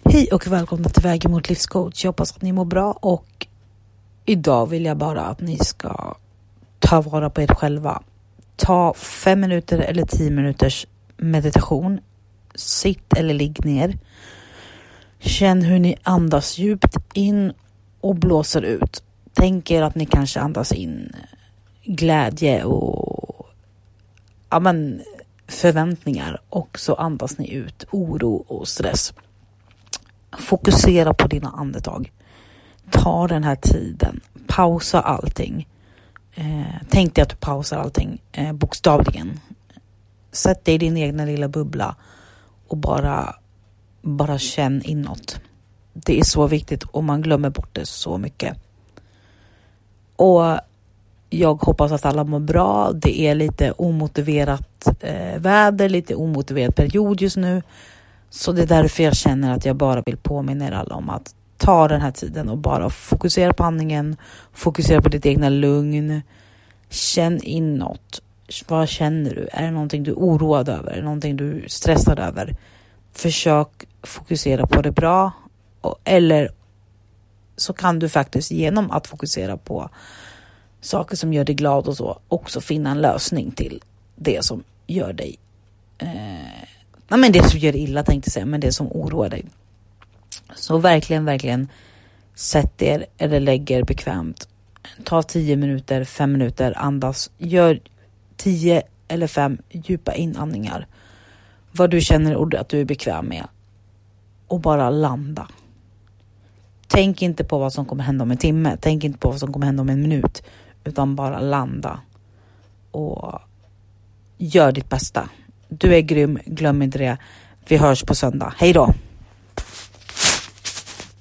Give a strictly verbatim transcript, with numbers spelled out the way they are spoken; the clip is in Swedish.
Hej och välkomna till Vägen mot livscoach. Jag hoppas att ni mår bra och idag vill jag bara att ni ska ta vara på er själva. Ta fem minuter eller tio minuters meditation. Sitt eller ligg ner. Känn hur ni andas djupt in och blåser ut. Tänk er att ni kanske andas in glädje och ja, men, förväntningar och så andas ni ut oro och stress. Fokusera på dina andetag. Ta den här tiden. Pausa allting. Eh, tänk dig att du pausar allting eh, bokstavligen. Sätt dig i din egna lilla bubbla och bara, bara känn inåt. Det är så viktigt och man glömmer bort det så mycket. Och jag hoppas att alla mår bra. Det är lite omotiverat eh, väder, lite omotiverat period just nu. Så det är därför jag känner att jag bara vill påminna er alla om att ta den här tiden och bara fokusera på andningen. Fokusera på ditt egna lugn. Känn inåt. Vad känner du? Är det någonting du är oroad över? Är det någonting du är stressad över? Försök fokusera på det bra. Eller så kan du faktiskt genom att fokusera på saker som gör dig glad och så också finna en lösning till det som gör dig eh, nej men det som gör dig illa tänkte jag säga, men det som oroar dig. Så verkligen, verkligen sätt er eller lägg er bekvämt. Ta tio minuter, fem minuter, andas. Gör tio eller fem djupa inandningar. Vad du känner att du är bekväm med. Och bara landa. Tänk inte på vad som kommer hända om en timme. Tänk inte på vad som kommer hända om en minut. Utan bara landa. Och gör ditt bästa. Du är grym, glöm inte det. Vi hörs på söndag. Hej då!